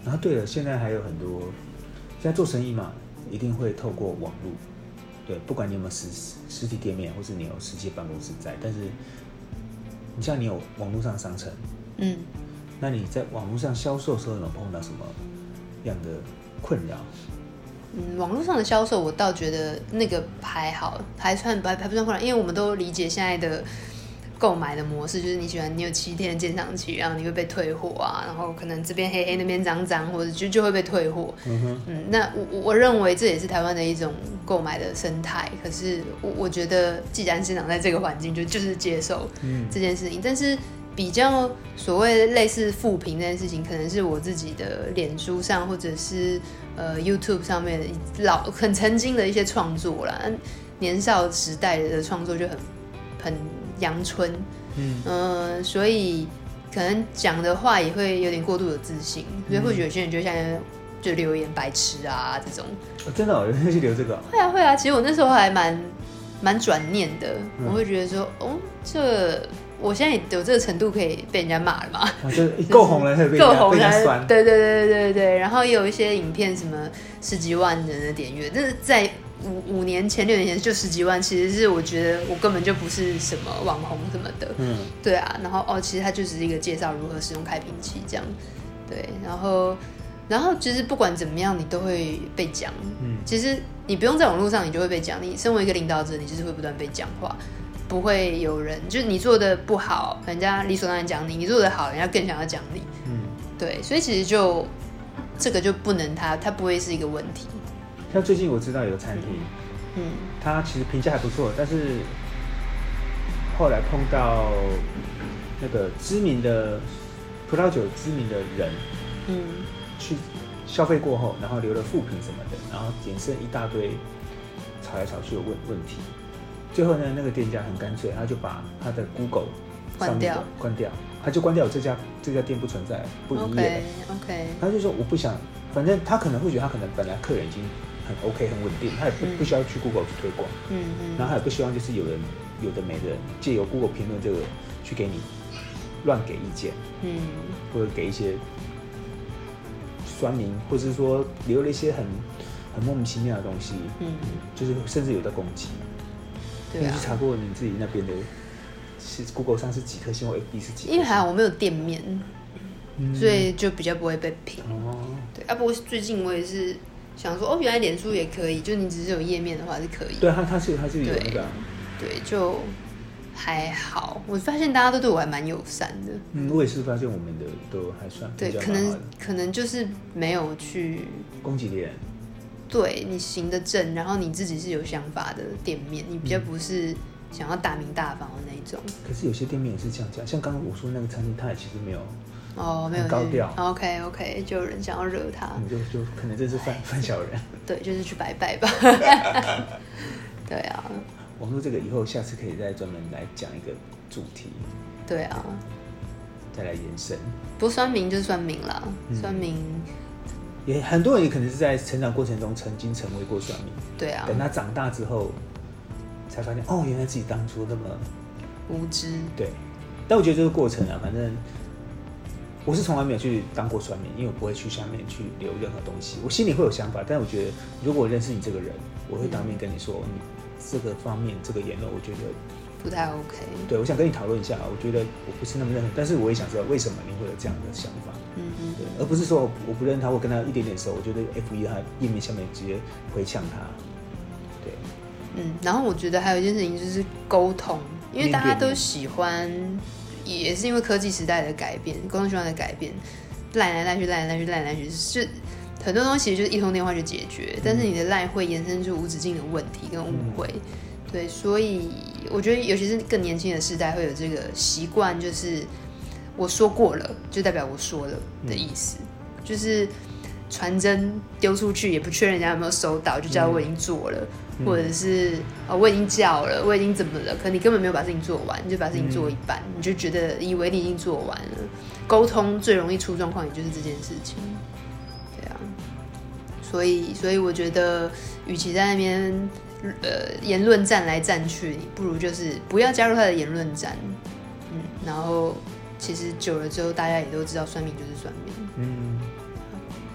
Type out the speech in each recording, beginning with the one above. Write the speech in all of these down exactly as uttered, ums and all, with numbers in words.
然后对了，现在还有很多，现在做生意嘛，一定会透过网络，对，不管你有没有实实体店面，或是你有实际办公室在，但是你像你有网络上商城，嗯，那你在网络上销售的时候有没有碰到什么样的困扰？ 嗯，网络上的销售我倒觉得那个还好，还算还还不算困难，因为我们都理解现在的购买的模式，就是你喜欢你有七天的鉴赏期，然后你会被退货啊，然后可能这边黑黑那边脏脏，或者就就会被退货。嗯哼，嗯，那我我认为这也是台湾的一种购买的生态。可是我我觉得，既然市场在这个环境，就就是接受这件事情，嗯、但是。比较所谓类似负评这件事情，可能是我自己的脸书上，或者是呃 YouTube 上面的老很曾经的一些创作啦。年少时代的创作就很很阳春，嗯、呃，所以可能讲的话也会有点过度有自信，所以或许有些人就像就留言白痴啊这种。 哦、真的、哦、有人去留这个、哦？ 会啊会啊，其实我那时候还蛮蛮转念的，嗯、我会觉得说，哦，这。我现在有这个程度可以被人家骂了嘛？ 啊、就够红了，会被人家酸。 对对对对对，然后也有一些影片什么十几万人的点阅，但是在五五年前、六年前就十几万，其实是我觉得我根本就不是什么网红什么的。嗯，对啊，然后哦，其实它就只是一个介绍如何使用开瓶器这样。对，然后然后其实不管怎么样，你都会被讲。嗯，其实你不用在网络上，你就会被讲。你身为一个领导者，你就是会不断被讲话。不会有人，就是你做的不好，人家理所当然讲你；你做的好，人家更想要讲你。嗯，对，所以其实就这个就不能它，它不会是一个问题。 像最近我知道有个餐厅，嗯，它其实评价还不错，但是后来碰到那个知名的葡萄酒知名的人，嗯，去消费过后，然后留了负评什么的，然后衍生一大堆吵来吵去的问问题。最后呢，那个店家很干脆，他就把他的 Google 关掉， 关掉，他就关掉这家这家店不存在，不营业。 OK OK。 他就说我不想，反正他可能会觉得他可能本来客人已经很 OK 很稳定，他也不、嗯、不需要去 Google 去推广，嗯嗯，然后他也不希望就是有人有的没的借由 Google 评论这个去给你乱给意见，嗯，或者给一些酸民，或者是说留了一些很很莫名其妙的东西，嗯，就是甚至有的攻击。对啊，你去查过你自己那边的，是 Google 上是几颗星或 F B 是几颗星？ 因为还好我没有店面，嗯、所以就比较不会被评。哦，对啊，不过最近我也是想说，哦，原来脸书也可以，就你只是有页面的话是可以。 对，它它是它是有那个、啊对，对，就还好。我发现大家都对我还蛮友善的。 嗯，我也是发现我们的都还算对，可能可能就是没有去攻击别人。 对，你行得正，然后你自己是有想法的店面，你比较不是想要大名大放的那一种。 可是有些店面也是这样讲，像刚刚我说那个餐厅，它也其实没有哦，没有高调。 OK OK， 就有人想要惹他， 你就就可能这是犯犯小人。 对，就是去拜拜吧。对啊， 网络这个以后下次可以再专门来讲一个主题。 对啊， 再来延伸。 不酸民就酸民啦，嗯、酸民。 也很多人也可能是在成长过程中曾经成为过酸民， 对啊， 等他长大之后才发现，哦，原来自己当初那么无知。 对，但我觉得这个过程啊，反正我是从来没有去当过酸民，因为我不会去下面去留任何东西，我心里会有想法，但我觉得如果我认识你这个人，我会当面跟你说，嗯、你这个方面这个言论，我觉得不太 OK。 对，我想跟你讨论一下，我觉得我不是那么认同，但是我也想知道为什么你会有这样的想法。嗯嗯，对，而不是说我不认他，我跟他一点点熟，我觉得 F 一 他页面下面直接回呛他。对， 嗯，然后我觉得还有一件事情就是沟通，因为大家都喜欢，也是因为科技时代的改变，沟通习惯的改变，赖来赖去，赖来赖去，赖来赖去，是很多东西就是一通电话就解决，嗯、但是你的赖会延伸出无止境的问题跟误会。嗯、对，所以我觉得尤其是更年轻的世代会有这个习惯，就是我说过了就代表我说了的意思，嗯、就是传真丢出去也不确认人家有没有收到，就叫我已经做了，嗯、或者是、哦、我已经叫了，我已经怎么了，可你根本没有把事情做完，你就把事情做一半，嗯、你就觉得以为你已经做完了。沟通最容易出状况，也就是这件事情。对啊，所以所以我觉得，与其在那边呃言论战来战去，你不如就是不要加入他的言论战。嗯，然后其实久了之后，大家也都知道酸民就是酸民。嗯。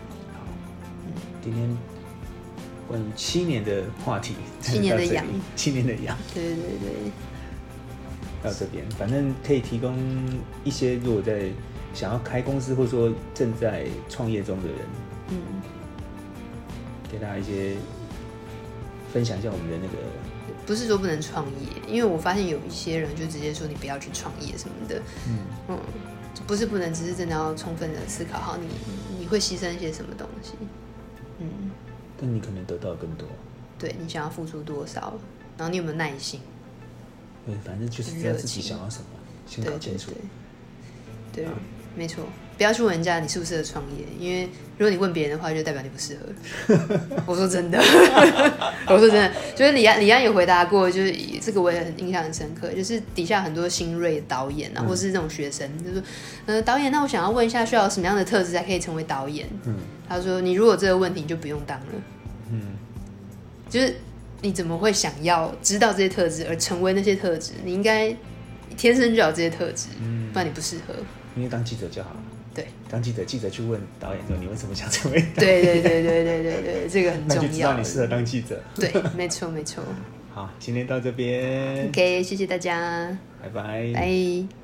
今天关于七年的话题， 七年的痒， 七年的痒， 对对对， 到这边，反正可以提供一些，如果在想要开公司或者说正在创业中的人，嗯，给大家一些分享一下我们的那个。 不是说不能创业，因为我发现有一些人就直接说你不要去创业什么的，嗯嗯，不是不能，只是真的要充分的思考好你你会牺牲一些什么东西，嗯， 但你可能得到更多， 对你想要付出多少，然后你有没有耐心？ 对，反正就是知道自己想要什么，先搞清楚。 对，对对没错，不要去问人家你适不适合创业，因为如果你问别人的话，就代表你不适合。我说真的，我说真的，就是李安，李安有回答过，就是这个我也很印象很深刻，就是底下很多新锐的导演啊，嗯、或是这种学生，就说，呃，导演，那我想要问一下，需要什么样的特质才可以成为导演？嗯，他说，你如果这个问题你就不用当了。嗯，就是你怎么会想要知道这些特质而成为那些特质？你应该天生就有这些特质，嗯、不然你不适合。 因为当记者就好了。 对， 当记者，记者去问导演说：“你为什么想成为导演？” 对对对对对对对，这个很重要。 那就知道你适合当记者。 对，没错没错。 好，今天到这边。 OK， 谢谢大家， 拜拜。 拜。